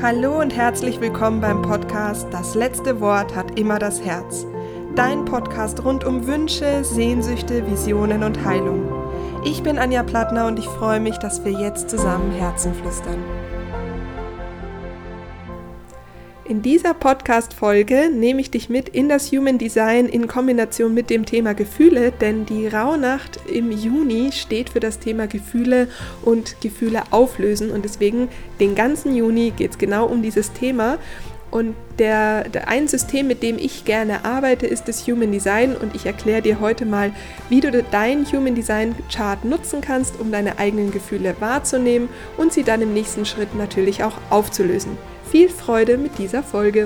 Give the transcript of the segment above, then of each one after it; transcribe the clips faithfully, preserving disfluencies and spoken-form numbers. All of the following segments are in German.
Hallo und herzlich willkommen beim Podcast Das letzte Wort hat immer das Herz. Dein Podcast rund um Wünsche, Sehnsüchte, Visionen und Heilung. Ich bin Anja Plattner und ich freue mich, dass wir jetzt zusammen Herzen flüstern. In dieser Podcast-Folge nehme ich dich mit in das Human Design in Kombination mit dem Thema Gefühle, denn die Rauhnacht im Juni steht für das Thema Gefühle und Gefühle auflösen und deswegen den ganzen Juni geht es genau um dieses Thema. Und der, der ein System, mit dem ich gerne arbeite, ist das Human Design und ich erkläre dir heute mal, wie du deinen Human Design Chart nutzen kannst, um deine eigenen Gefühle wahrzunehmen und sie dann im nächsten Schritt natürlich auch aufzulösen. Viel Freude mit dieser Folge.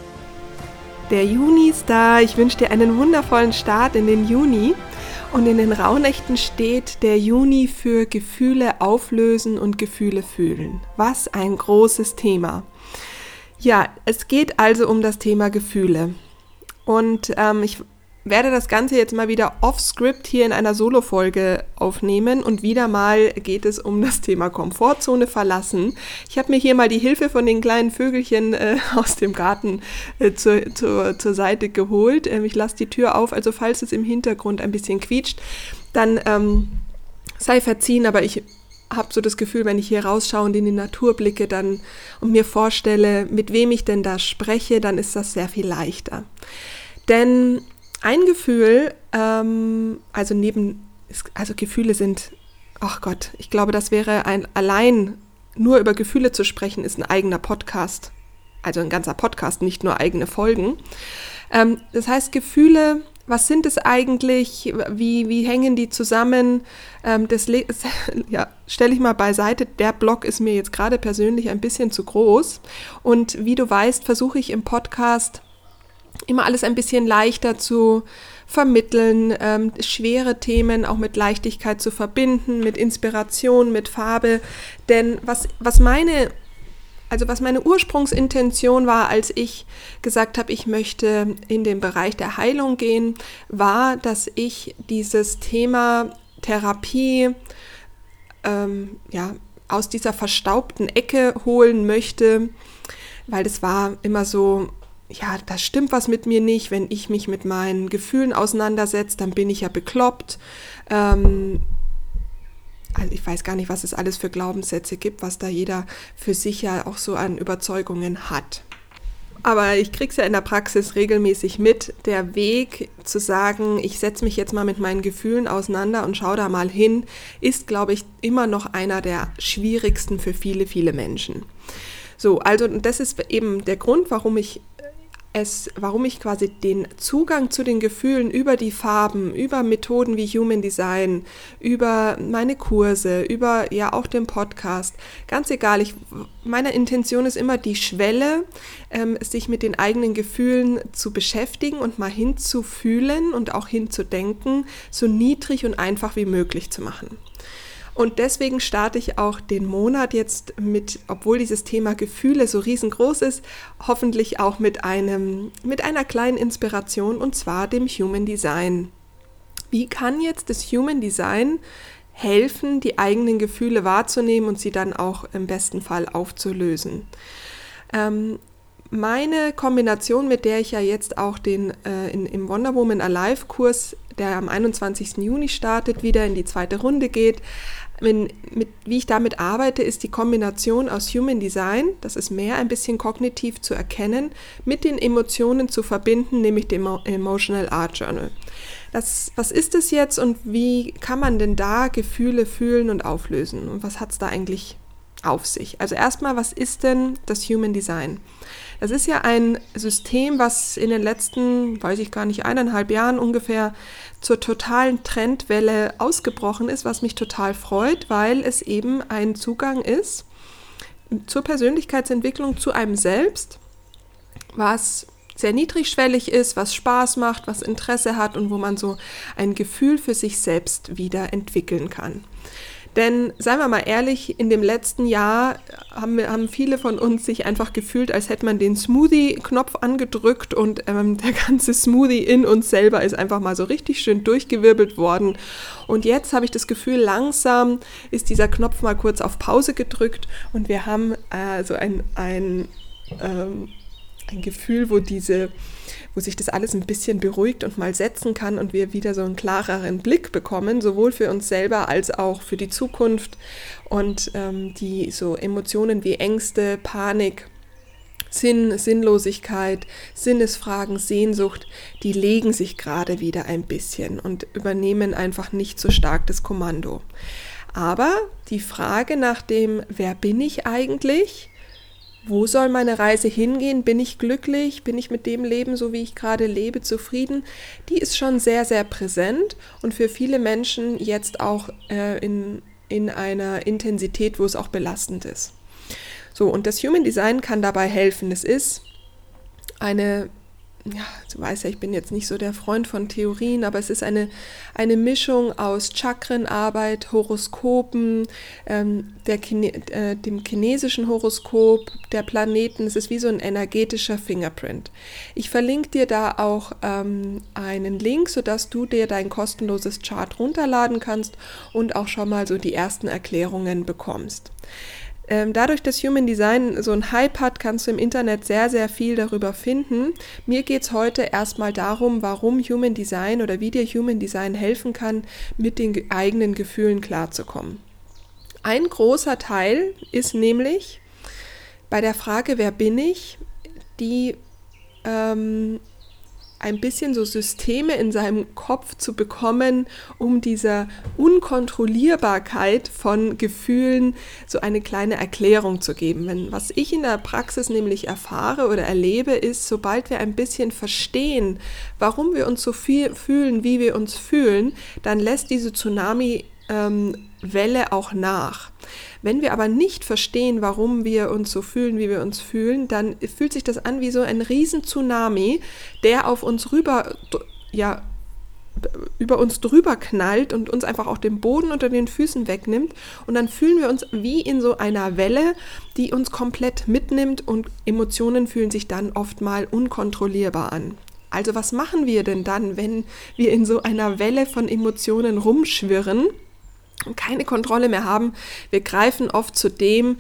Der Juni ist da. Ich wünsche dir einen wundervollen Start in den Juni. Und in den Rauhnächten steht der Juni für Gefühle auflösen und Gefühle fühlen. Was ein großes Thema. Ja, es geht also um das Thema Gefühle. Und ähm, ich werde das Ganze jetzt mal wieder off-script hier in einer Solo-Folge aufnehmen und wieder mal geht es um das Thema Komfortzone verlassen. Ich habe mir hier mal die Hilfe von den kleinen Vögelchen äh, aus dem Garten äh, zur, zur, zur Seite geholt. Ähm, ich lasse die Tür auf, also falls es im Hintergrund ein bisschen quietscht, dann ähm, sei verziehen, aber ich habe so das Gefühl, wenn ich hier rausschaue und in die Natur blicke dann und mir vorstelle, mit wem ich denn da spreche, dann ist das sehr viel leichter. Denn ein Gefühl, ähm, also neben, also Gefühle sind, ach Gott, ich glaube, das wäre ein, allein nur über Gefühle zu sprechen, ist ein eigener Podcast, also ein ganzer Podcast, nicht nur eigene Folgen. Ähm, das heißt, Gefühle, was sind es eigentlich, wie, wie hängen die zusammen, ähm, das le- ja, stelle ich mal beiseite, der Blog ist mir jetzt gerade persönlich ein bisschen zu groß und wie du weißt, versuche ich im Podcast immer alles ein bisschen leichter zu vermitteln, ähm, schwere Themen auch mit Leichtigkeit zu verbinden, mit Inspiration, mit Farbe. Denn was, was meine, also was meine Ursprungsintention war, als ich gesagt habe, ich möchte in den Bereich der Heilung gehen, war, dass ich dieses Thema Therapie ähm, ja, aus dieser verstaubten Ecke holen möchte, weil das war immer so, ja, da stimmt was mit mir nicht, wenn ich mich mit meinen Gefühlen auseinandersetze, dann bin ich ja bekloppt. Ähm, also ich weiß gar nicht, was es alles für Glaubenssätze gibt, was da jeder für sich ja auch so an Überzeugungen hat. Aber ich kriege es ja in der Praxis regelmäßig mit, der Weg zu sagen, ich setze mich jetzt mal mit meinen Gefühlen auseinander und schaue da mal hin, ist, glaube ich, immer noch einer der schwierigsten für viele, viele Menschen. So, also das ist eben der Grund, warum ich Es, warum ich quasi den Zugang zu den Gefühlen über die Farben, über Methoden wie Human Design, über meine Kurse, über ja auch den Podcast, ganz egal, ich, meine Intention ist immer die Schwelle, ähm, sich mit den eigenen Gefühlen zu beschäftigen und mal hinzufühlen und auch hinzudenken, so niedrig und einfach wie möglich zu machen. Und deswegen starte ich auch den Monat jetzt mit, obwohl dieses Thema Gefühle so riesengroß ist, hoffentlich auch mit einem, mit einer kleinen Inspiration und zwar dem Human Design. Wie kann jetzt das Human Design helfen, die eigenen Gefühle wahrzunehmen und sie dann auch im besten Fall aufzulösen? Ähm, Meine Kombination, mit der ich ja jetzt auch den äh, in, im Wonder Woman Alive Kurs, der am einundzwanzigsten Juni startet, wieder in die zweite Runde geht, Wenn, mit, wie ich damit arbeite, ist die Kombination aus Human Design, das ist mehr ein bisschen kognitiv zu erkennen, mit den Emotionen zu verbinden, nämlich dem Emotional Art Journal. Das, was ist es jetzt und wie kann man denn da Gefühle fühlen und auflösen? Und was hat es da eigentlich auf sich? Also erstmal, was ist denn das Human Design? Das ist ja ein System, was in den letzten, weiß ich gar nicht, eineinhalb Jahren ungefähr zur totalen Trendwelle ausgebrochen ist, was mich total freut, weil es eben ein Zugang ist zur Persönlichkeitsentwicklung, zu einem selbst, was sehr niedrigschwellig ist, was Spaß macht, was Interesse hat und wo man so ein Gefühl für sich selbst wieder entwickeln kann. Denn seien wir mal ehrlich, in dem letzten Jahr haben, wir, haben viele von uns sich einfach gefühlt, als hätte man den Smoothie-Knopf angedrückt und ähm, der ganze Smoothie in uns selber ist einfach mal so richtig schön durchgewirbelt worden. Und jetzt habe ich das Gefühl, langsam ist dieser Knopf mal kurz auf Pause gedrückt und wir haben äh, so ein, ein, ähm, ein Gefühl, wo diese... wo sich das alles ein bisschen beruhigt und mal setzen kann und wir wieder so einen klareren Blick bekommen, sowohl für uns selber als auch für die Zukunft und ähm, die so Emotionen wie Ängste, Panik, Sinn, Sinnlosigkeit, Sinnesfragen, Sehnsucht, die legen sich gerade wieder ein bisschen und übernehmen einfach nicht so stark das Kommando. Aber die Frage nach dem, wer bin ich eigentlich? Wo soll meine Reise hingehen? Bin ich glücklich? Bin ich mit dem Leben, so wie ich gerade lebe, zufrieden? Die ist schon sehr, sehr präsent und für viele Menschen jetzt auch äh, in, in einer Intensität, wo es auch belastend ist. So, und das Human Design kann dabei helfen. Es ist eine, ja, du weißt ja, ich bin jetzt nicht so der Freund von Theorien, aber es ist eine, eine Mischung aus Chakrenarbeit, Horoskopen, ähm, der Chine, äh, dem chinesischen Horoskop, der Planeten. Es ist wie so ein energetischer Fingerprint. Ich verlinke dir da auch ähm, einen Link, sodass du dir dein kostenloses Chart runterladen kannst und auch schon mal so die ersten Erklärungen bekommst. Dadurch, dass Human Design so einen Hype hat, kannst du im Internet sehr, sehr viel darüber finden. Mir geht es heute erstmal darum, warum Human Design oder wie dir Human Design helfen kann, mit den eigenen Gefühlen klarzukommen. Ein großer Teil ist nämlich bei der Frage, wer bin ich, die ähm, ein bisschen so Systeme in seinem Kopf zu bekommen, um dieser Unkontrollierbarkeit von Gefühlen so eine kleine Erklärung zu geben. Wenn, was ich in der Praxis nämlich erfahre oder erlebe, ist, sobald wir ein bisschen verstehen, warum wir uns so viel fühlen, wie wir uns fühlen, dann lässt diese Tsunami ähm, Welle auch nach. Wenn wir aber nicht verstehen, warum wir uns so fühlen, wie wir uns fühlen, dann fühlt sich das an wie so ein riesen Tsunami, der auf uns rüber, ja, über uns drüber knallt und uns einfach auch den Boden unter den Füßen wegnimmt. Und dann fühlen wir uns wie in so einer Welle, die uns komplett mitnimmt und Emotionen fühlen sich dann oft mal unkontrollierbar an. Also was machen wir denn dann, wenn wir in so einer Welle von Emotionen rumschwirren und keine Kontrolle mehr haben? Wir greifen oft zu dem,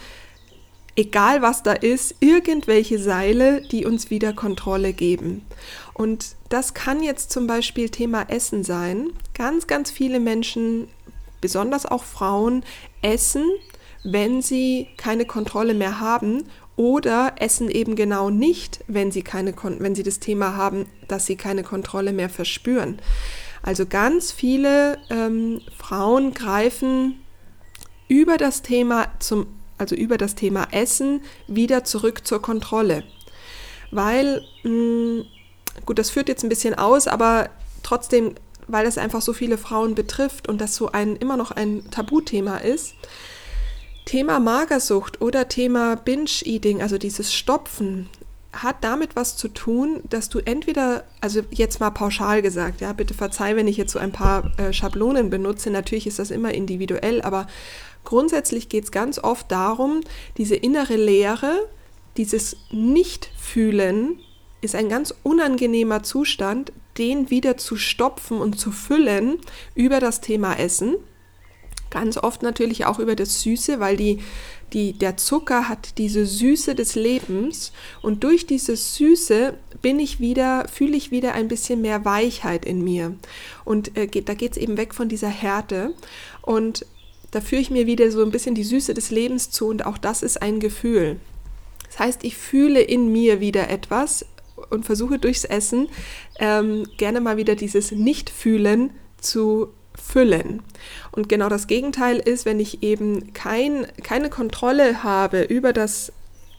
egal was da ist, irgendwelche Seile, die uns wieder Kontrolle geben. Und das kann jetzt zum Beispiel Thema Essen sein. Ganz, ganz viele Menschen, besonders auch Frauen, essen, wenn sie keine Kontrolle mehr haben, oder essen eben genau nicht, wenn sie keine, wenn sie das Thema haben, dass sie keine Kontrolle mehr verspüren. Also ganz viele ähm, Frauen greifen über das Thema zum, also über das Thema Essen wieder zurück zur Kontrolle. Weil, mh, gut, das führt jetzt ein bisschen aus, aber trotzdem, weil es einfach so viele Frauen betrifft und das so ein immer noch ein Tabuthema ist, Thema Magersucht oder Thema Binge-Eating, also dieses Stopfen, hat damit was zu tun, dass du entweder, also jetzt mal pauschal gesagt, ja, bitte verzeih, wenn ich jetzt so ein paar äh, Schablonen benutze, natürlich ist das immer individuell, aber grundsätzlich geht es ganz oft darum, diese innere Leere, dieses Nicht-Fühlen ist ein ganz unangenehmer Zustand, den wieder zu stopfen und zu füllen über das Thema Essen. Ganz oft natürlich auch über das Süße, weil die, die, der Zucker hat diese Süße des Lebens und durch diese Süße bin ich wieder, fühle ich wieder ein bisschen mehr Weichheit in mir. Und äh, geht, da geht es eben weg von dieser Härte und da führe ich mir wieder so ein bisschen die Süße des Lebens zu und auch das ist ein Gefühl. Das heißt, ich fühle in mir wieder etwas und versuche durchs Essen ähm, gerne mal wieder dieses Nicht-Fühlen zu füllen. Und genau das Gegenteil ist, wenn ich eben kein, keine Kontrolle habe über das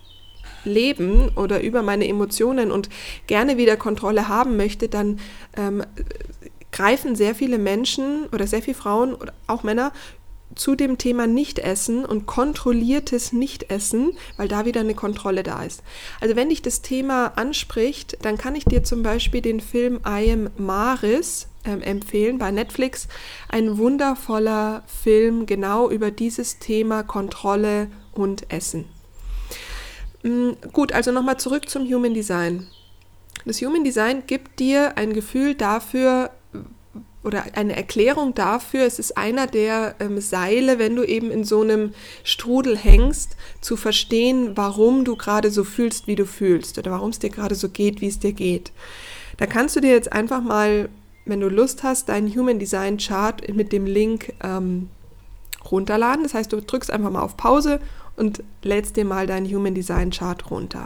Leben oder über meine Emotionen und gerne wieder Kontrolle haben möchte, dann ähm, greifen sehr viele Menschen oder sehr viele Frauen oder auch Männer zu dem Thema Nichtessen und kontrolliertes Nichtessen, weil da wieder eine Kontrolle da ist. Also wenn dich das Thema anspricht, dann kann ich dir zum Beispiel den Film I Am Maris ähm, empfehlen. Bei Netflix ein wundervoller Film genau über dieses Thema Kontrolle und Essen. Mhm, gut, also nochmal zurück zum Human Design. Das Human Design gibt dir ein Gefühl dafür, oder eine Erklärung dafür, es ist einer der ähm, Seile, wenn du eben in so einem Strudel hängst, zu verstehen, warum du gerade so fühlst, wie du fühlst oder warum es dir gerade so geht, wie es dir geht. Da kannst du dir jetzt einfach mal, wenn du Lust hast, deinen Human Design Chart mit dem Link ähm, runterladen. Das heißt, du drückst einfach mal auf Pause und lädst dir mal deinen Human Design Chart runter.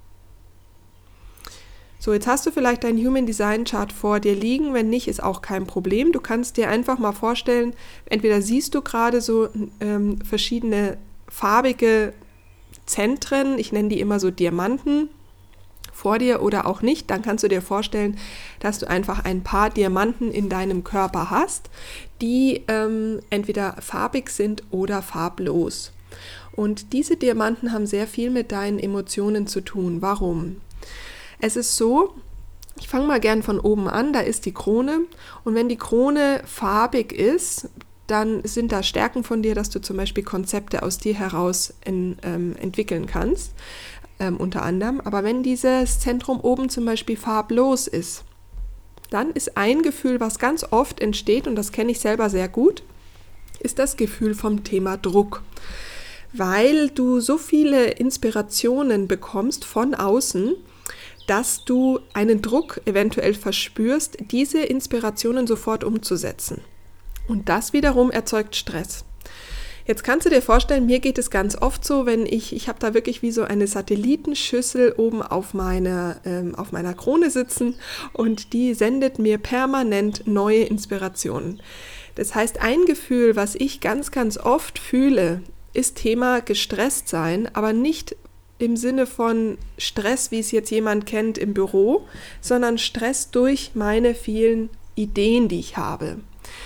So, jetzt hast du vielleicht deinen Human Design Chart vor dir liegen, wenn nicht, ist auch kein Problem. Du kannst dir einfach mal vorstellen, entweder siehst du gerade so ähm, verschiedene farbige Zentren, ich nenne die immer so Diamanten, vor dir oder auch nicht, dann kannst du dir vorstellen, dass du einfach ein paar Diamanten in deinem Körper hast, die ähm, entweder farbig sind oder farblos. Und diese Diamanten haben sehr viel mit deinen Emotionen zu tun. Warum? Es ist so, ich fange mal gern von oben an, da ist die Krone und wenn die Krone farbig ist, dann sind da Stärken von dir, dass du zum Beispiel Konzepte aus dir heraus in, ähm, entwickeln kannst, ähm, unter anderem. Aber wenn dieses Zentrum oben zum Beispiel farblos ist, dann ist ein Gefühl, was ganz oft entsteht, und das kenne ich selber sehr gut, ist das Gefühl vom Thema Druck. Weil du so viele Inspirationen bekommst von außen, dass du einen Druck eventuell verspürst, diese Inspirationen sofort umzusetzen. Und das wiederum erzeugt Stress. Jetzt kannst du dir vorstellen, mir geht es ganz oft so, wenn ich, ich habe da wirklich wie so eine Satellitenschüssel oben auf meiner, ähm, auf meiner Krone sitzen und die sendet mir permanent neue Inspirationen. Das heißt, ein Gefühl, was ich ganz, ganz oft fühle, ist Thema gestresst sein, aber nicht im Sinne von Stress, wie es jetzt jemand kennt im Büro, sondern Stress durch meine vielen Ideen, die ich habe.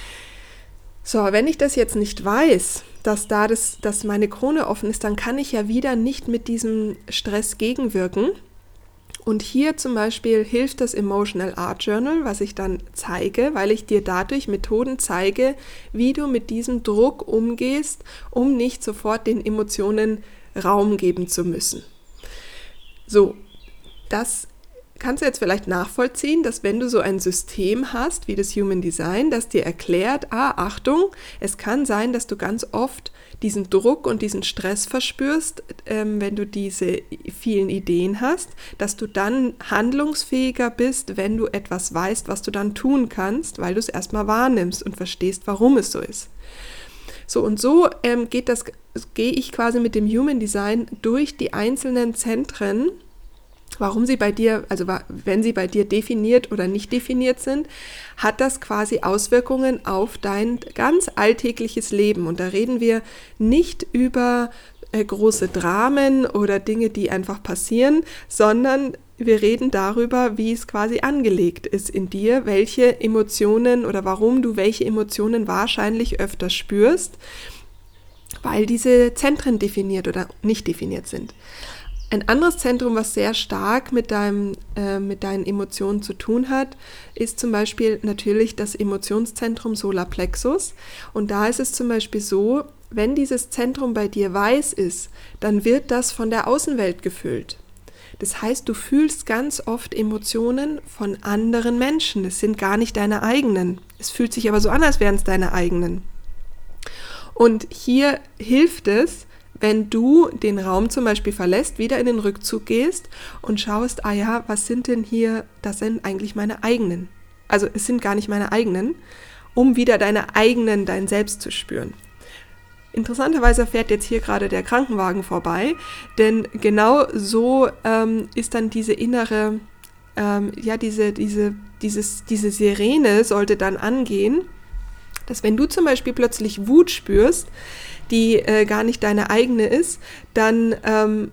So, wenn ich das jetzt nicht weiß, dass da das, dass meine Krone offen ist, dann kann ich ja wieder nicht mit diesem Stress gegenwirken. Und hier zum Beispiel hilft das Emotional Art Journal, was ich dann zeige, weil ich dir dadurch Methoden zeige, wie du mit diesem Druck umgehst, um nicht sofort den Emotionen Raum geben zu müssen. So, das kannst du jetzt vielleicht nachvollziehen, dass wenn du so ein System hast, wie das Human Design, das dir erklärt, ah, Achtung, es kann sein, dass du ganz oft diesen Druck und diesen Stress verspürst, ähm, wenn du diese vielen Ideen hast, dass du dann handlungsfähiger bist, wenn du etwas weißt, was du dann tun kannst, weil du es erstmal wahrnimmst und verstehst, warum es so ist. So, und so ähm, geht das, gehe ich quasi mit dem Human Design durch die einzelnen Zentren, warum sie bei dir, also wenn sie bei dir definiert oder nicht definiert sind, hat das quasi Auswirkungen auf dein ganz alltägliches Leben. Und da reden wir nicht über äh, große Dramen oder Dinge, die einfach passieren, sondern wir reden darüber, wie es quasi angelegt ist in dir, welche Emotionen oder warum du welche Emotionen wahrscheinlich öfter spürst, weil diese Zentren definiert oder nicht definiert sind. Ein anderes Zentrum, was sehr stark mit, deinem, äh, mit deinen Emotionen zu tun hat, ist zum Beispiel natürlich das Emotionszentrum Solarplexus. Und da ist es zum Beispiel so, wenn dieses Zentrum bei dir weiß ist, dann wird das von der Außenwelt gefüllt. Das heißt, du fühlst ganz oft Emotionen von anderen Menschen. Es sind gar nicht deine eigenen. Es fühlt sich aber so an, als wären es deine eigenen. Und hier hilft es, wenn du den Raum zum Beispiel verlässt, wieder in den Rückzug gehst und schaust, ah ja, was sind denn hier, das sind eigentlich meine eigenen. Also es sind gar nicht meine eigenen, um wieder deine eigenen, dein Selbst zu spüren. Interessanterweise fährt jetzt hier gerade der Krankenwagen vorbei, denn genau so ähm, ist dann diese innere, ähm, ja, diese, diese, dieses, diese Sirene sollte dann angehen, dass wenn du zum Beispiel plötzlich Wut spürst, die äh, gar nicht deine eigene ist, dann, ähm,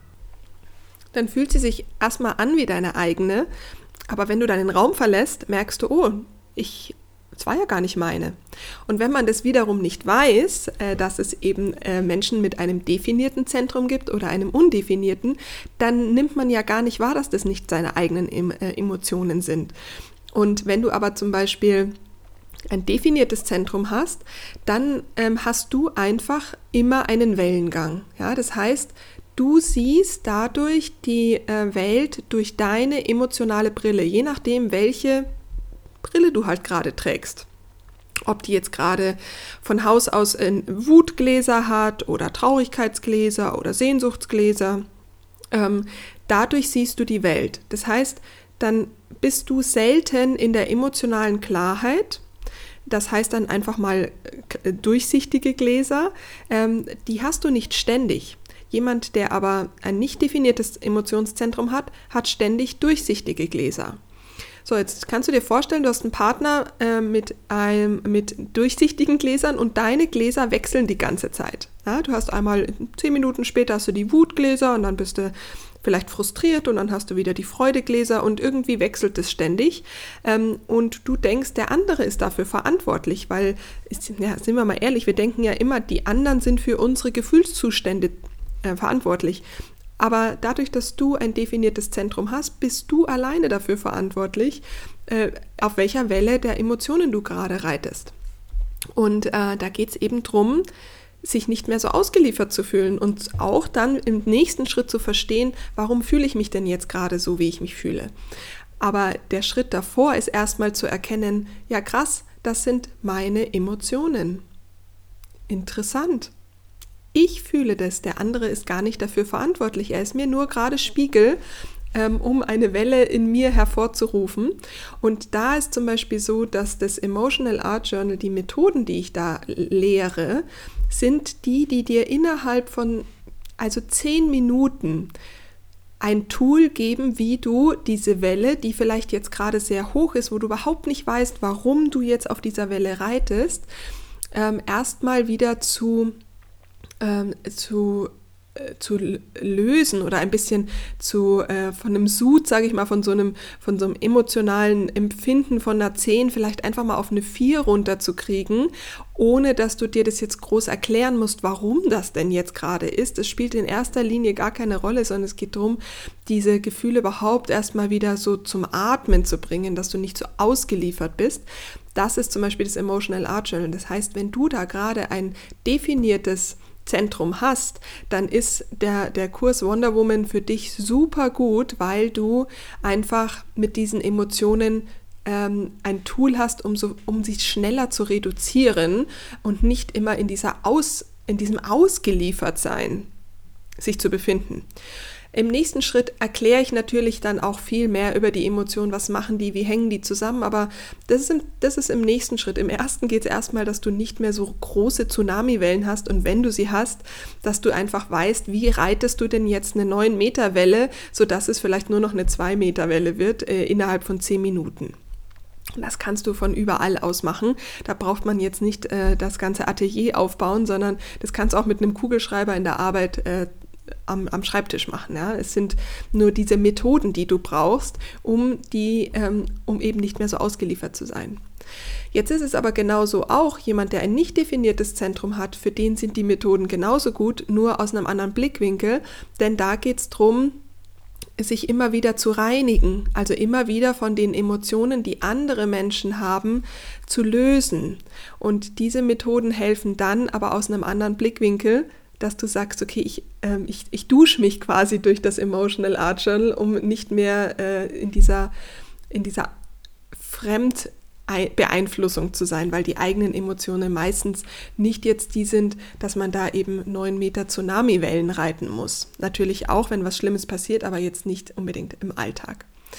dann fühlt sie sich erstmal an wie deine eigene, aber wenn du dann den Raum verlässt, merkst du, oh, ich das war ja gar nicht meine. Und wenn man das wiederum nicht weiß, äh, dass es eben äh, Menschen mit einem definierten Zentrum gibt oder einem undefinierten, dann nimmt man ja gar nicht wahr, dass das nicht seine eigenen em- äh, Emotionen sind. Und wenn du aber zum Beispiel ein definiertes Zentrum hast, dann ähm, hast du einfach immer einen Wellengang. Ja, das heißt, du siehst dadurch die äh, Welt durch deine emotionale Brille, je nachdem, welche Brille du halt gerade trägst. Ob die jetzt gerade von Haus aus äh, Wutgläser hat oder Traurigkeitsgläser oder Sehnsuchtsgläser. Ähm, dadurch siehst du die Welt. Das heißt, dann bist du selten in der emotionalen Klarheit. Das heißt dann einfach mal äh, durchsichtige Gläser, ähm, die hast du nicht ständig. Jemand, der aber ein nicht definiertes Emotionszentrum hat, hat ständig durchsichtige Gläser. So, jetzt kannst du dir vorstellen, du hast einen Partner äh, mit, einem, mit durchsichtigen Gläsern und deine Gläser wechseln die ganze Zeit. Ja, du hast einmal, zehn Minuten später hast du die Wutgläser und dann bist du vielleicht frustriert und dann hast du wieder die Freudegläser und irgendwie wechselt es ständig. Ähm, und du denkst, der andere ist dafür verantwortlich, weil, ja, sind wir mal ehrlich, wir denken ja immer, die anderen sind für unsere Gefühlszustände äh, verantwortlich. Aber dadurch, dass du ein definiertes Zentrum hast, bist du alleine dafür verantwortlich, äh, auf welcher Welle der Emotionen du gerade reitest. Und äh, da geht es eben drum, sich nicht mehr so ausgeliefert zu fühlen und auch dann im nächsten Schritt zu verstehen, warum fühle ich mich denn jetzt gerade so, wie ich mich fühle. Aber der Schritt davor ist erstmal zu erkennen, ja krass, das sind meine Emotionen. Interessant. Ich fühle das, der andere ist gar nicht dafür verantwortlich, er ist mir nur gerade Spiegel, ähm, um eine Welle in mir hervorzurufen. Und da ist zum Beispiel so, dass das Emotional Art Journal, die Methoden, die ich da lehre, sind die, die dir innerhalb von also zehn Minuten ein Tool geben, wie du diese Welle, die vielleicht jetzt gerade sehr hoch ist, wo du überhaupt nicht weißt, warum du jetzt auf dieser Welle reitest, ähm, erstmal wieder zu Ähm, zu, äh, zu lösen oder ein bisschen zu äh, von einem Sud, sage ich mal, von so einem von so einem emotionalen Empfinden von einer zehn vielleicht einfach mal auf eine vier runterzukriegen, ohne dass du dir das jetzt groß erklären musst, warum das denn jetzt gerade ist. Es spielt in erster Linie gar keine Rolle, sondern es geht darum, diese Gefühle überhaupt erstmal wieder so zum Atmen zu bringen, dass du nicht so ausgeliefert bist. Das ist zum Beispiel das Emotional Art Journal. Das heißt, wenn du da gerade ein definiertes Zentrum hast, dann ist der, der Kurs Wonder Woman für dich super gut, weil du einfach mit diesen Emotionen ähm, ein Tool hast, um, so, um sie schneller zu reduzieren und nicht immer in, dieser Aus, in diesem Ausgeliefertsein sich zu befinden. Im nächsten Schritt erkläre ich natürlich dann auch viel mehr über die Emotionen, was machen die, wie hängen die zusammen, aber das ist im, das ist im nächsten Schritt. Im ersten geht es erstmal, dass du nicht mehr so große Tsunami-Wellen hast und wenn du sie hast, dass du einfach weißt, wie reitest du denn jetzt eine neun Meter Welle, sodass es vielleicht nur noch eine zwei Meter Welle wird äh, innerhalb von zehn Minuten. Das kannst du von überall aus machen. Da braucht man jetzt nicht äh, das ganze Atelier aufbauen, sondern das kannst du auch mit einem Kugelschreiber in der Arbeit äh, Am, am Schreibtisch machen. Ja? Es sind nur diese Methoden, die du brauchst, um, die, ähm, um eben nicht mehr so ausgeliefert zu sein. Jetzt ist es aber genauso auch, jemand, der ein nicht definiertes Zentrum hat, für den sind die Methoden genauso gut, nur aus einem anderen Blickwinkel, denn da geht es darum, sich immer wieder zu reinigen, also immer wieder von den Emotionen, die andere Menschen haben, zu lösen. Und diese Methoden helfen dann aber aus einem anderen Blickwinkel, dass du sagst, okay, ich, äh, ich, ich dusche mich quasi durch das Emotional Art Journal, um nicht mehr äh, in dieser, in dieser Fremdbeeinflussung zu sein, weil die eigenen Emotionen meistens nicht jetzt die sind, dass man da eben neun Meter Tsunami-Wellen reiten muss. Natürlich auch, wenn was Schlimmes passiert, aber jetzt nicht unbedingt im Alltag.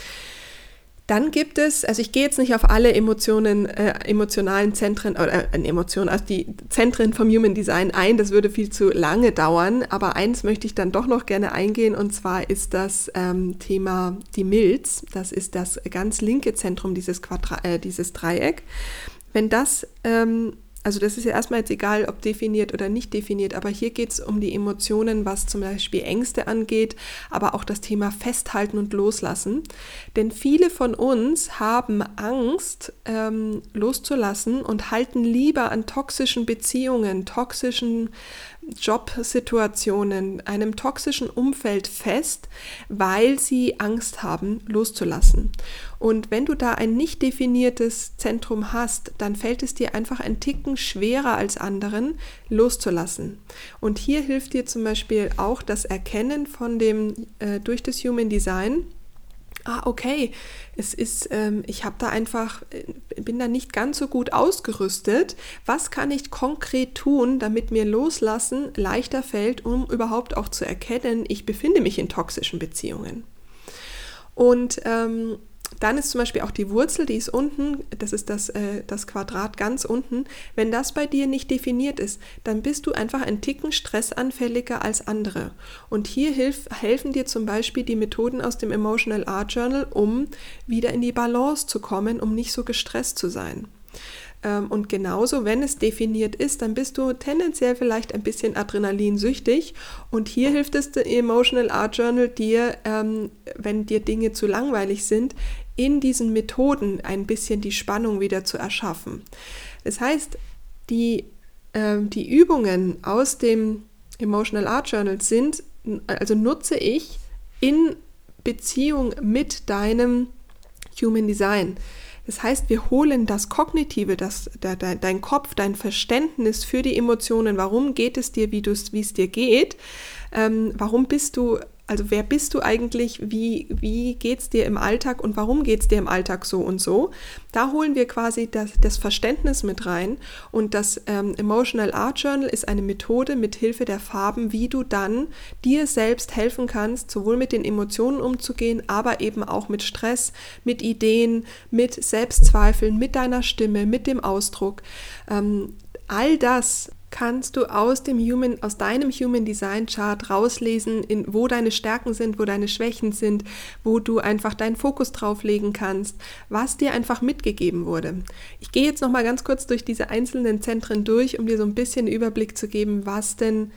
Dann gibt es, also ich gehe jetzt nicht auf alle Emotionen, äh, emotionalen Zentren, äh, Emotionen, also die Zentren vom Human Design ein, das würde viel zu lange dauern, aber eins möchte ich dann doch noch gerne eingehen und zwar ist das ähm, Thema die Milz, das ist das ganz linke Zentrum dieses, Quadra- äh, dieses Dreieck. Wenn das, ähm, also das ist ja erstmal jetzt egal, ob definiert oder nicht definiert, aber hier geht es um die Emotionen, was zum Beispiel Ängste angeht, aber auch das Thema Festhalten und Loslassen. Denn viele von uns haben Angst, ähm, loszulassen und halten lieber an toxischen Beziehungen, toxischen Jobsituationen, einem toxischen Umfeld fest, weil sie Angst haben, loszulassen. Und wenn du da ein nicht definiertes Zentrum hast, dann fällt es dir einfach ein Ticken schwerer als anderen, loszulassen. Und hier hilft dir zum Beispiel auch das Erkennen von dem, äh, durch das Human Design, ah, okay, es ist, ähm, ich habe da einfach, bin da nicht ganz so gut ausgerüstet. Was kann ich konkret tun, damit mir Loslassen leichter fällt, um überhaupt auch zu erkennen, ich befinde mich in toxischen Beziehungen. Und ähm, dann ist zum Beispiel auch die Wurzel, die ist unten, das ist das, äh, das Quadrat ganz unten. Wenn das bei dir nicht definiert ist, dann bist du einfach ein Ticken stressanfälliger als andere. Und hier hilf, helfen dir zum Beispiel die Methoden aus dem Emotional Art Journal, um wieder in die Balance zu kommen, um nicht so gestresst zu sein. Und genauso, wenn es definiert ist, dann bist du tendenziell vielleicht ein bisschen adrenalinsüchtig. Und hier hilft es dem Emotional Art Journal dir, ähm, wenn dir Dinge zu langweilig sind, in diesen Methoden ein bisschen die Spannung wieder zu erschaffen. Das heißt, die, äh, die Übungen aus dem Emotional Art Journal sind, also nutze ich in Beziehung mit deinem Human Design. Das heißt, wir holen das Kognitive, das, de, de, dein Kopf, dein Verständnis für die Emotionen, warum geht es dir, wie wie es dir geht, ähm, warum bist du, also wer bist du eigentlich, wie, wie geht es dir im Alltag und warum geht es dir im Alltag so und so. Da holen wir quasi das, das Verständnis mit rein und das ähm, Emotional Art Journal ist eine Methode mit Hilfe der Farben, wie du dann dir selbst helfen kannst, sowohl mit den Emotionen umzugehen, aber eben auch mit Stress, mit Ideen, mit Selbstzweifeln, mit deiner Stimme, mit dem Ausdruck. Ähm, all das kannst du aus dem Human, aus deinem Human Design Chart rauslesen, in, wo deine Stärken sind, wo deine Schwächen sind, wo du einfach deinen Fokus drauf legen kannst, was dir einfach mitgegeben wurde. Ich gehe jetzt noch mal ganz kurz durch diese einzelnen Zentren durch, um dir so ein bisschen einen Überblick zu geben, was denn,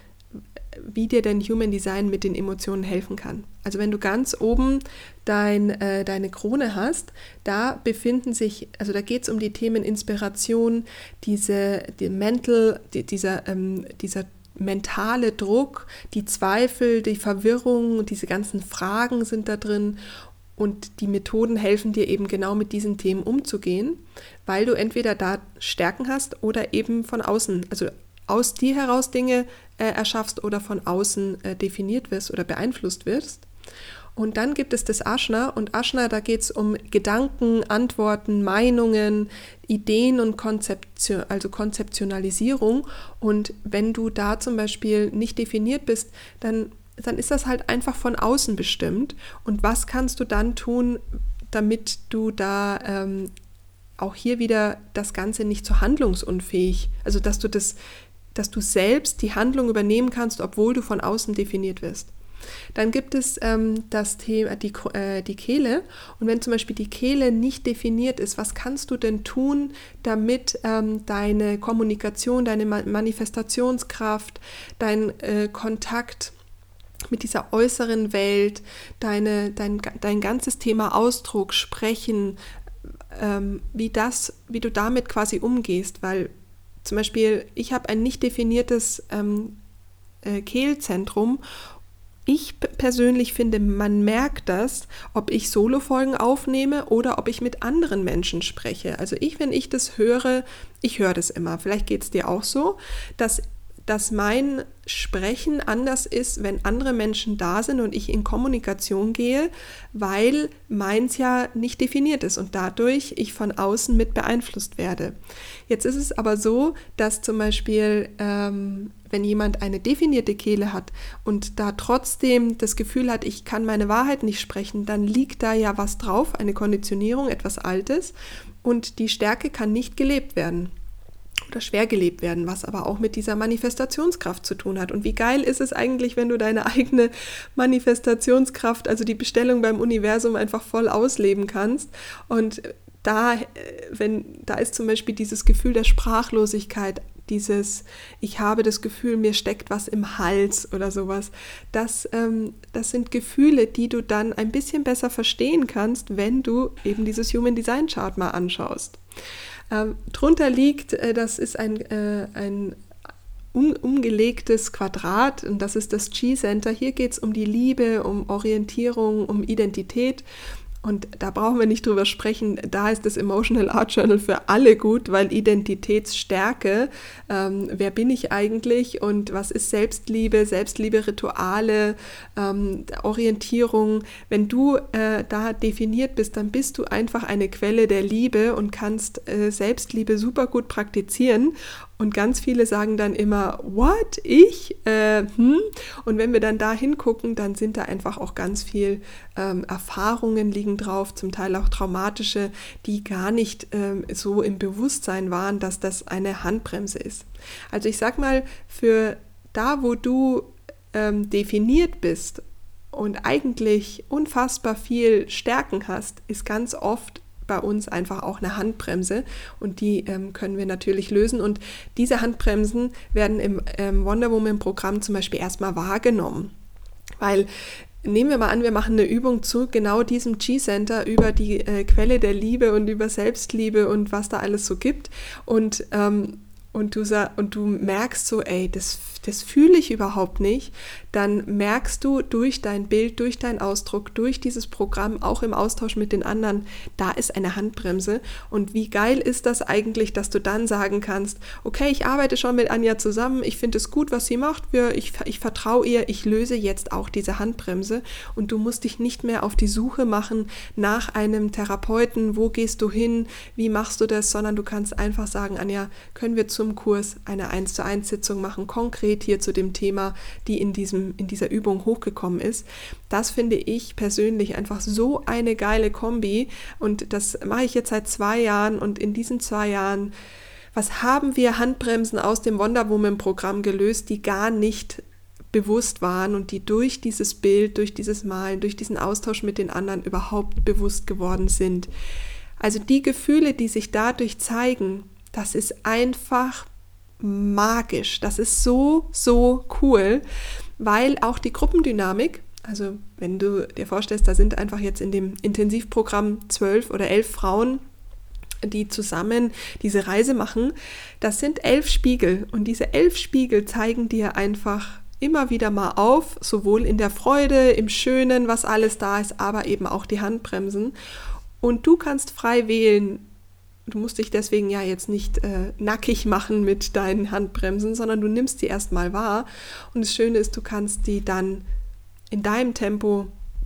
wie dir dein Human Design mit den Emotionen helfen kann. Also wenn du ganz oben dein, äh, deine Krone hast, da befinden sich, also da geht es um die Themen Inspiration, diese, die Mental, die, dieser, ähm, dieser mentale Druck, die Zweifel, die Verwirrung, diese ganzen Fragen sind da drin und die Methoden helfen dir eben genau mit diesen Themen umzugehen, weil du entweder da Stärken hast oder eben von außen, also aus dir heraus Dinge äh, erschaffst oder von außen äh, definiert wirst oder beeinflusst wirst. Und dann gibt es das Ashna und Ashna, da geht es um Gedanken, Antworten, Meinungen, Ideen und Konzeption, also Konzeptionalisierung. Und wenn du da zum Beispiel nicht definiert bist, dann, dann ist das halt einfach von außen bestimmt. Und was kannst du dann tun, damit du da ähm, auch hier wieder das Ganze nicht so handlungsunfähig, also dass du das dass du selbst die Handlung übernehmen kannst, obwohl du von außen definiert wirst. Dann gibt es ähm, das Thema, die, äh, die Kehle. Und wenn zum Beispiel die Kehle nicht definiert ist, was kannst du denn tun, damit ähm, deine Kommunikation, deine Ma- Manifestationskraft, dein äh, Kontakt mit dieser äußeren Welt, deine, dein, dein ganzes Thema Ausdruck, Sprechen, ähm, wie, das, wie du damit quasi umgehst, weil zum Beispiel, ich habe ein nicht definiertes ähm, äh, Kehlzentrum. Ich p- persönlich finde, man merkt das, ob ich Solo-Folgen aufnehme oder ob ich mit anderen Menschen spreche. Also ich, wenn ich das höre, ich höre das immer. Vielleicht geht es dir auch so, dass, dass mein Sprechen anders ist, wenn andere Menschen da sind und ich in Kommunikation gehe, weil meins ja nicht definiert ist und dadurch ich von außen mit beeinflusst werde. Jetzt ist es aber so, dass zum Beispiel, ähm, wenn jemand eine definierte Kehle hat und da trotzdem das Gefühl hat, ich kann meine Wahrheit nicht sprechen, dann liegt da ja was drauf, eine Konditionierung, etwas Altes und die Stärke kann nicht gelebt werden. Oder schwer gelebt werden, was aber auch mit dieser Manifestationskraft zu tun hat. Und wie geil ist es eigentlich, wenn du deine eigene Manifestationskraft, also die Bestellung beim Universum einfach voll ausleben kannst. Und da, wenn, da ist zum Beispiel dieses Gefühl der Sprachlosigkeit, dieses, ich habe das Gefühl, mir steckt was im Hals oder sowas. Das, ähm, das sind Gefühle, die du dann ein bisschen besser verstehen kannst, wenn du eben dieses Human Design Chart mal anschaust. Ähm, drunter liegt, äh, das ist ein, äh, ein um, umgelegtes Quadrat und das ist das G-Center. Hier geht es um die Liebe, um Orientierung, um Identität. Und da brauchen wir nicht drüber sprechen, da ist das Emotional Art Journal für alle gut, weil Identitätsstärke, ähm, wer bin ich eigentlich und was ist Selbstliebe, Selbstliebe-Rituale, ähm, Orientierung. Wenn du äh, da definiert bist, dann bist du einfach eine Quelle der Liebe und kannst äh, Selbstliebe super gut praktizieren. Und ganz viele sagen dann immer, what, ich? Äh, hm? Und wenn wir dann da hingucken, dann sind da einfach auch ganz viel ähm, Erfahrungen liegen drauf, zum Teil auch traumatische, die gar nicht ähm, so im Bewusstsein waren, dass das eine Handbremse ist. Also ich sag mal, für da, wo du ähm, definiert bist und eigentlich unfassbar viel Stärken hast, ist ganz oft bei uns einfach auch eine Handbremse und die ähm, können wir natürlich lösen und diese Handbremsen werden im ähm, Wonder Woman Programm zum Beispiel erstmal wahrgenommen, weil nehmen wir mal an, wir machen eine Übung zu genau diesem G-Center über die äh, Quelle der Liebe und über Selbstliebe und was da alles so gibt und ähm, und du, und du merkst so, ey, das, das fühle ich überhaupt nicht, dann merkst du durch dein Bild, durch deinen Ausdruck, durch dieses Programm, auch im Austausch mit den anderen, da ist eine Handbremse. Und wie geil ist das eigentlich, dass du dann sagen kannst, okay, ich arbeite schon mit Anja zusammen, ich finde es gut, was sie macht, ich, ich vertraue ihr, ich löse jetzt auch diese Handbremse und du musst dich nicht mehr auf die Suche machen nach einem Therapeuten, wo gehst du hin, wie machst du das, sondern du kannst einfach sagen, Anja, können wir zum Kurs eine eins zu eins Sitzung machen, konkret hier zu dem Thema, die in, diesem, in dieser Übung hochgekommen ist. Das finde ich persönlich einfach so eine geile Kombi und das mache ich jetzt seit zwei Jahren und in diesen zwei Jahren, was haben wir Handbremsen aus dem Wonder Woman Programm gelöst, die gar nicht bewusst waren und die durch dieses Bild, durch dieses Malen, durch diesen Austausch mit den anderen überhaupt bewusst geworden sind. Also die Gefühle, die sich dadurch zeigen, das ist einfach magisch. Das ist so, so cool, weil auch die Gruppendynamik, also wenn du dir vorstellst, da sind einfach jetzt in dem Intensivprogramm zwölf oder elf Frauen, die zusammen diese Reise machen, das sind elf Spiegel und diese elf Spiegel zeigen dir einfach immer wieder mal auf, sowohl in der Freude, im Schönen, was alles da ist, aber eben auch die Handbremsen und du kannst frei wählen. Du musst dich deswegen ja jetzt nicht äh, nackig machen mit deinen Handbremsen, sondern du nimmst die erstmal wahr. Und das Schöne ist, du kannst die dann in deinem Tempo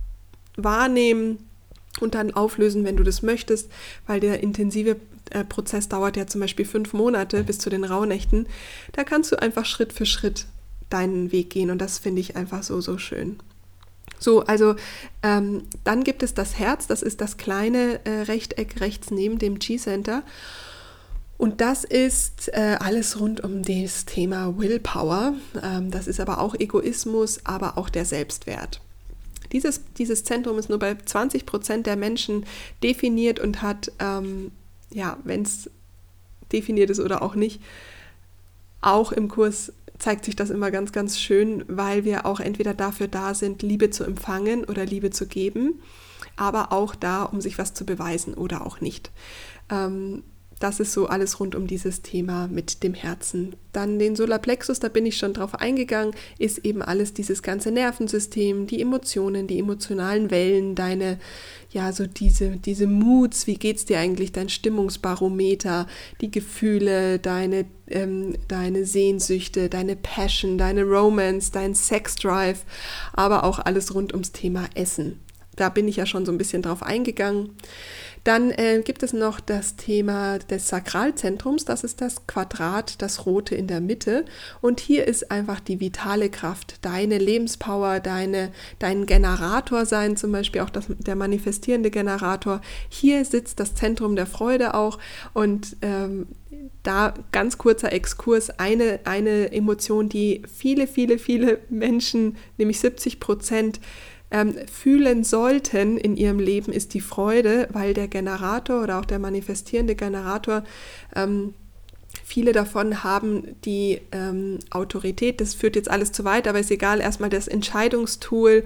wahrnehmen und dann auflösen, wenn du das möchtest, weil der intensive äh, Prozess dauert ja zum Beispiel fünf Monate bis zu den Rauhnächten. Da kannst du einfach Schritt für Schritt deinen Weg gehen und das finde ich einfach so, so schön. So, also ähm, dann gibt es das Herz, das ist das kleine äh, Rechteck rechts neben dem G-Center und das ist äh, alles rund um das Thema Willpower, ähm, das ist aber auch Egoismus, aber auch der Selbstwert. Dieses, dieses Zentrum ist nur bei zwanzig Prozent der Menschen definiert und hat, ähm, ja, wenn es definiert ist oder auch nicht, auch im Kurs zeigt sich das immer ganz, ganz schön, weil wir auch entweder dafür da sind, Liebe zu empfangen oder Liebe zu geben, aber auch da, um sich was zu beweisen oder auch nicht. Ähm, das ist so alles rund um dieses Thema mit dem Herzen. Dann den Solarplexus, da bin ich schon drauf eingegangen, ist eben alles dieses ganze Nervensystem, die Emotionen, die emotionalen Wellen, deine, ja, so diese, diese Moods, wie geht's dir eigentlich, dein Stimmungsbarometer, die Gefühle, deine, ähm, deine Sehnsüchte, deine Passion, deine Romance, dein Sexdrive, aber auch alles rund ums Thema Essen. Da bin ich ja schon so ein bisschen drauf eingegangen. Dann äh, gibt es noch das Thema des Sakralzentrums, das ist das Quadrat, das Rote in der Mitte. Und hier ist einfach die vitale Kraft, deine Lebenspower, deine, dein Generator sein, zum Beispiel auch das, der manifestierende Generator. Hier sitzt das Zentrum der Freude auch und ähm, da ganz kurzer Exkurs, eine, eine Emotion, die viele, viele, viele Menschen, nämlich siebzig Prozent, Ähm, fühlen sollten in ihrem Leben, ist die Freude, weil der Generator oder auch der manifestierende Generator, ähm, viele davon haben die ähm, Autorität, das führt jetzt alles zu weit, aber ist egal, erstmal das Entscheidungstool,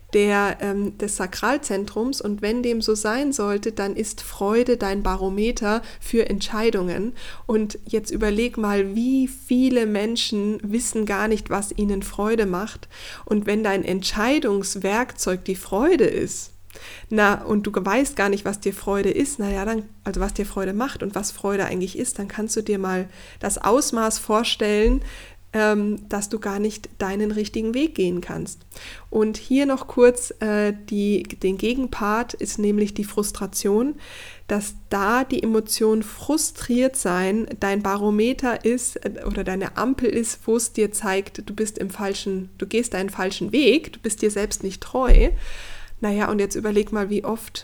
der, ähm, des Sakralzentrums, und wenn dem so sein sollte, dann ist Freude dein Barometer für Entscheidungen. Und jetzt überleg mal, wie viele Menschen wissen gar nicht, was ihnen Freude macht. Und wenn dein Entscheidungswerkzeug die Freude ist, na, und du weißt gar nicht, was dir Freude ist, naja, dann, also was dir Freude macht und was Freude eigentlich ist, dann kannst du dir mal das Ausmaß vorstellen, ähm, dass du gar nicht deinen richtigen Weg gehen kannst. Und hier noch kurz äh, die, den Gegenpart ist nämlich die Frustration, dass da die Emotion frustriert sein dein Barometer ist äh, oder deine Ampel ist, wo es dir zeigt, du bist im falschen, du gehst einen falschen Weg, du bist dir selbst nicht treu. Naja, und jetzt überleg mal, wie oft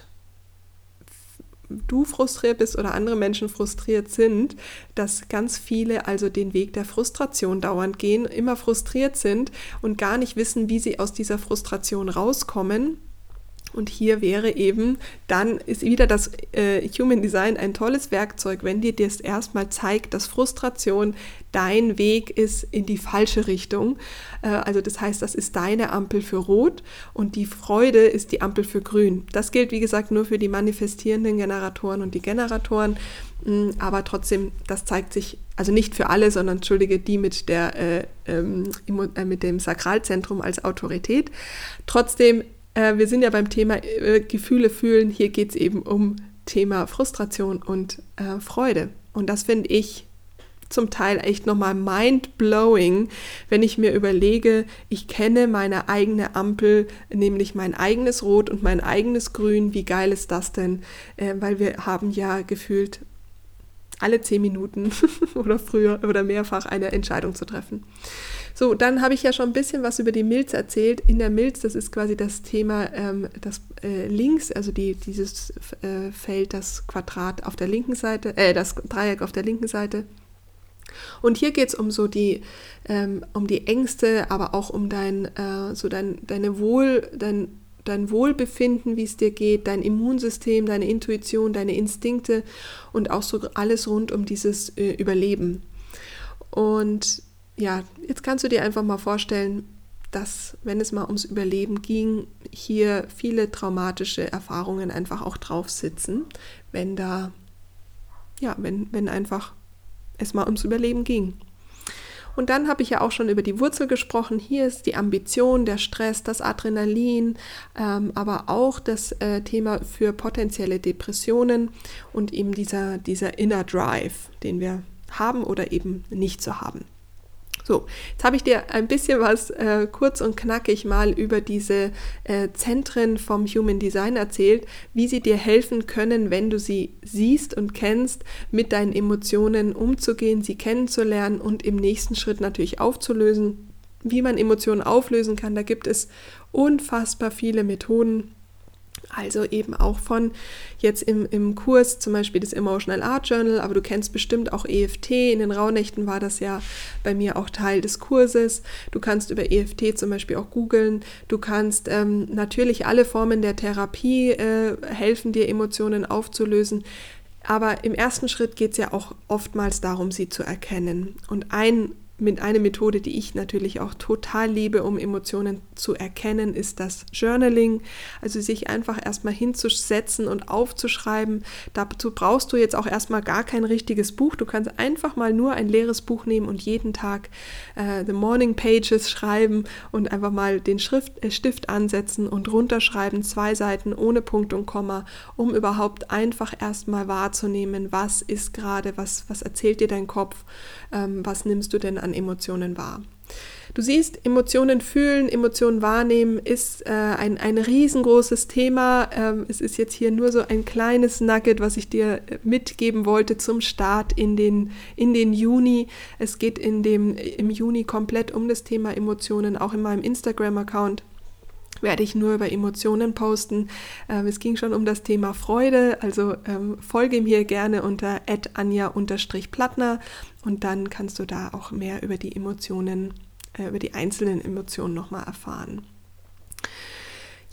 du frustriert bist oder andere Menschen frustriert sind, dass ganz viele also den Weg der Frustration dauernd gehen, immer frustriert sind und gar nicht wissen, wie sie aus dieser Frustration rauskommen. Und hier wäre eben, dann ist wieder das äh, Human Design ein tolles Werkzeug, wenn dir das erstmal zeigt, dass Frustration dein Weg ist in die falsche Richtung. Äh, also das heißt, das ist deine Ampel für Rot und die Freude ist die Ampel für Grün. Das gilt, wie gesagt, nur für die manifestierenden Generatoren und die Generatoren, mh, aber trotzdem, das zeigt sich, also nicht für alle, sondern, entschuldige, die mit, der, äh, ähm, mit dem Sakralzentrum als Autorität. Trotzdem, wir sind ja beim Thema äh, Gefühle fühlen. Hier geht es eben um Thema Frustration und äh, Freude. Und das finde ich zum Teil echt nochmal mind-blowing, wenn ich mir überlege, ich kenne meine eigene Ampel, nämlich mein eigenes Rot und mein eigenes Grün. Wie geil ist das denn? Äh, weil wir haben ja gefühlt alle zehn Minuten oder früher oder mehrfach eine Entscheidung zu treffen. So, dann habe ich ja schon ein bisschen was über die Milz erzählt. In der Milz, das ist quasi das Thema, ähm, das äh, links, also die, dieses äh, Feld, das Quadrat auf der linken Seite, äh, das Dreieck auf der linken Seite. Und hier geht es um so die, ähm, um die Ängste, aber auch um dein, äh, so dein, deine Wohl, dein dein Wohlbefinden, wie es dir geht, dein Immunsystem, deine Intuition, deine Instinkte und auch so alles rund um dieses äh, Überleben. Und ja, jetzt kannst du dir einfach mal vorstellen, dass, wenn es mal ums Überleben ging, hier viele traumatische Erfahrungen einfach auch drauf sitzen, wenn da, ja, wenn, wenn einfach es mal ums Überleben ging. Und dann habe ich ja auch schon über die Wurzel gesprochen. Hier ist die Ambition, der Stress, das Adrenalin, ähm, aber auch das äh, Thema für potenzielle Depressionen und eben dieser, dieser Inner Drive, den wir haben oder eben nicht zu haben. So, jetzt habe ich dir ein bisschen was äh, kurz und knackig mal über diese äh, Zentren vom Human Design erzählt, wie sie dir helfen können, wenn du sie siehst und kennst, mit deinen Emotionen umzugehen, sie kennenzulernen und im nächsten Schritt natürlich aufzulösen. Wie man Emotionen auflösen kann, da gibt es unfassbar viele Methoden. Also eben auch von jetzt im, im Kurs zum Beispiel das Emotional Art Journal, aber du kennst bestimmt auch E F T. In den Rauhnächten war das ja bei mir auch Teil des Kurses. Du kannst über E F T zum Beispiel auch googeln. Du kannst ähm, natürlich alle Formen der Therapie äh, helfen, dir Emotionen aufzulösen. Aber im ersten Schritt geht es ja auch oftmals darum, sie zu erkennen. Und ein Mit einer Methode, die ich natürlich auch total liebe, um Emotionen zu erkennen, ist das Journaling. Also sich einfach erstmal hinzusetzen und aufzuschreiben. Dazu brauchst du jetzt auch erstmal gar kein richtiges Buch. Du kannst einfach mal nur ein leeres Buch nehmen und jeden Tag äh, The Morning Pages schreiben und einfach mal den Schrift, äh, Stift ansetzen und runterschreiben, zwei Seiten ohne Punkt und Komma, um überhaupt einfach erstmal wahrzunehmen, was ist gerade, was, was erzählt dir dein Kopf, ähm, was nimmst du denn an Emotionen wahr. Du siehst, Emotionen fühlen, Emotionen wahrnehmen ist äh, ein, ein riesengroßes Thema. Ähm, es ist jetzt hier nur so ein kleines Nugget, was ich dir mitgeben wollte zum Start in den, in den Juni. Es geht in dem, im Juni komplett um das Thema Emotionen, auch in meinem Instagram-Account werde ich nur über Emotionen posten. Ähm, es ging schon um das Thema Freude, also ähm, folge mir gerne unter at anja plattner und dann kannst du da auch mehr über die Emotionen, äh, über die einzelnen Emotionen nochmal erfahren.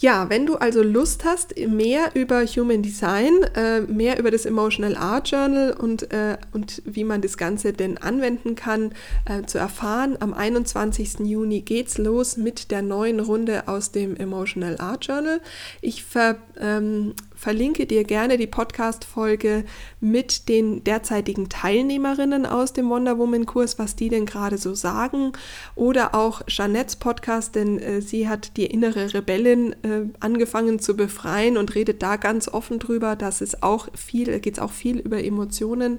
Ja, wenn du also Lust hast, mehr über Human Design, äh, mehr über das Emotional Art Journal und, äh, und wie man das Ganze denn anwenden kann, äh, zu erfahren, am einundzwanzigsten Juni geht's los mit der neuen Runde aus dem Emotional Art Journal. Ich ver, ähm, verlinke dir gerne die Podcast-Folge mit den derzeitigen Teilnehmerinnen aus dem Wonder Woman-Kurs, was die denn gerade so sagen. Oder auch Jeanettes Podcast, denn äh, sie hat die innere Rebellin äh, angefangen zu befreien und redet da ganz offen drüber, dass es auch viel, geht es auch viel über Emotionen.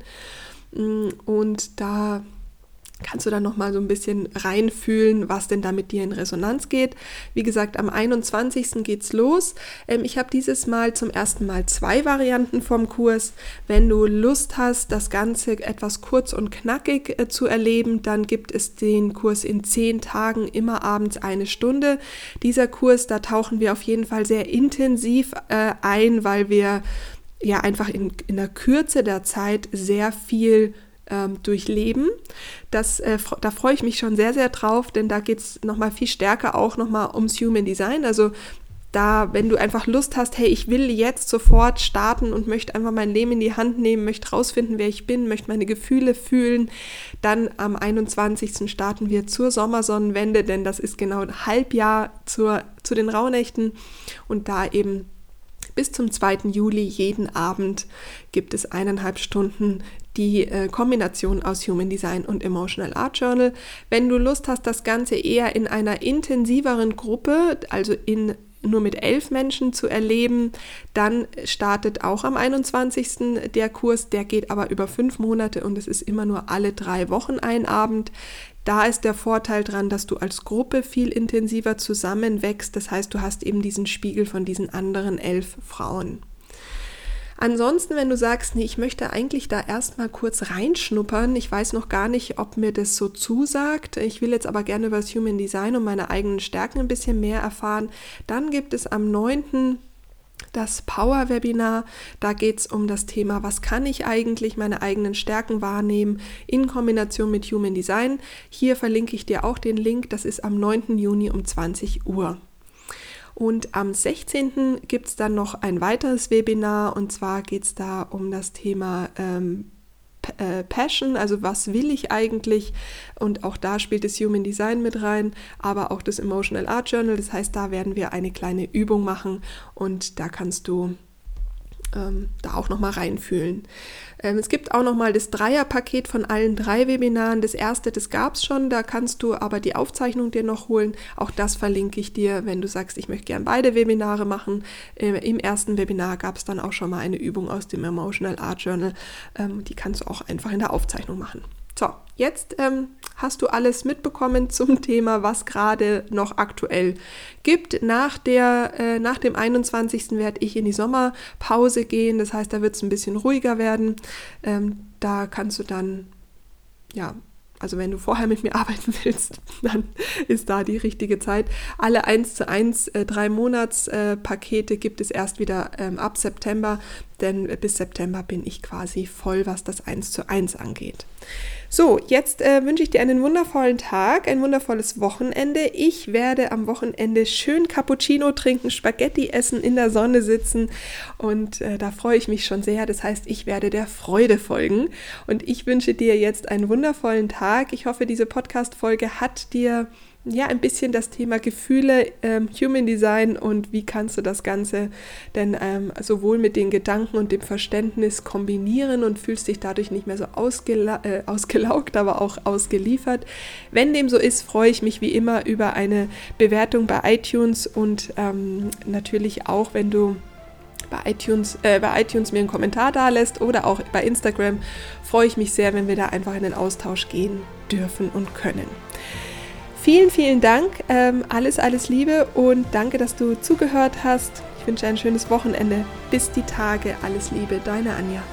Und da kannst du dann nochmal so ein bisschen reinfühlen, was denn da mit dir in Resonanz geht. Wie gesagt, am einundzwanzigsten geht's los. Ähm, ich habe dieses Mal zum ersten Mal zwei Varianten vom Kurs. Wenn du Lust hast, das Ganze etwas kurz und knackig äh, zu erleben, dann gibt es den Kurs in zehn Tagen, immer abends eine Stunde. Dieser Kurs, da tauchen wir auf jeden Fall sehr intensiv äh, ein, weil wir ja einfach in, in der Kürze der Zeit sehr viel durchleben. Das, äh, da freue ich mich schon sehr, sehr drauf, denn da geht es nochmal viel stärker auch nochmal ums Human Design. Also da, wenn du einfach Lust hast, hey, ich will jetzt sofort starten und möchte einfach mein Leben in die Hand nehmen, möchte rausfinden, wer ich bin, möchte meine Gefühle fühlen, dann am einundzwanzigsten starten wir zur Sommersonnenwende, denn das ist genau ein Halbjahr zur, zu den Rauhnächten und da eben bis zum zweiten Juli jeden Abend gibt es eineinhalb Stunden die äh, Kombination aus Human Design und Emotional Art Journal. Wenn du Lust hast, das Ganze eher in einer intensiveren Gruppe, also in nur mit elf Menschen zu erleben, dann startet auch am einundzwanzigsten der Kurs, der geht aber über fünf Monate und es ist immer nur alle drei Wochen ein Abend. Da ist der Vorteil dran, dass du als Gruppe viel intensiver zusammenwächst, das heißt, du hast eben diesen Spiegel von diesen anderen elf Frauen. Ansonsten, wenn du sagst, nee, ich möchte eigentlich da erstmal kurz reinschnuppern, ich weiß noch gar nicht, ob mir das so zusagt, ich will jetzt aber gerne über das Human Design und meine eigenen Stärken ein bisschen mehr erfahren, dann gibt es am neunten das Power-Webinar. Da geht es um das Thema, was kann ich eigentlich, meine eigenen Stärken wahrnehmen in Kombination mit Human Design. Hier verlinke ich dir auch den Link, das ist am neunten Juni um zwanzig Uhr. Und am sechzehnten gibt es dann noch ein weiteres Webinar und zwar geht es da um das Thema ähm, äh, Passion, also was will ich eigentlich, und auch da spielt das Human Design mit rein, aber auch das Emotional Art Journal, das heißt, da werden wir eine kleine Übung machen und da kannst du ähm, da auch nochmal reinfühlen. Ähm, es gibt auch nochmal das Dreierpaket von allen drei Webinaren. Das erste, das gab es schon, da kannst du aber die Aufzeichnung dir noch holen. Auch das verlinke ich dir, wenn du sagst, ich möchte gerne beide Webinare machen. Ähm, im ersten Webinar gab es dann auch schon mal eine Übung aus dem Emotional Art Journal. Ähm, die kannst du auch einfach in der Aufzeichnung machen. So, jetzt ähm, hast du alles mitbekommen zum Thema, was gerade noch aktuell gibt. Nach, der, äh, nach dem einundzwanzigsten werde ich in die Sommerpause gehen, das heißt, da wird es ein bisschen ruhiger werden. Ähm, da kannst du dann, ja, also wenn du vorher mit mir arbeiten willst, dann ist da die richtige Zeit. Alle eins zu eins äh, drei Monats äh, Pakete gibt es erst wieder ähm, ab September, denn bis September bin ich quasi voll, was das eins zu eins angeht. So, jetzt äh, wünsche ich dir einen wundervollen Tag, ein wundervolles Wochenende. Ich werde am Wochenende schön Cappuccino trinken, Spaghetti essen, in der Sonne sitzen und äh, da freue ich mich schon sehr. Das heißt, ich werde der Freude folgen und ich wünsche dir jetzt einen wundervollen Tag. Ich hoffe, diese Podcast-Folge hat dir ja ein bisschen das Thema Gefühle, ähm, Human Design und wie kannst du das Ganze denn ähm, sowohl mit den Gedanken und dem Verständnis kombinieren und fühlst dich dadurch nicht mehr so ausgela- äh, ausgelaugt, aber auch ausgeliefert. Wenn dem so ist, freue ich mich wie immer über eine Bewertung bei iTunes und ähm, natürlich auch, wenn du bei iTunes, äh, bei iTunes mir einen Kommentar da lässt oder auch bei Instagram, freue ich mich sehr, wenn wir da einfach in den Austausch gehen dürfen und können. Vielen, vielen Dank, ähm, alles, alles Liebe und danke, dass du zugehört hast. Ich wünsche ein schönes Wochenende. Bis die Tage, alles Liebe, deine Anja.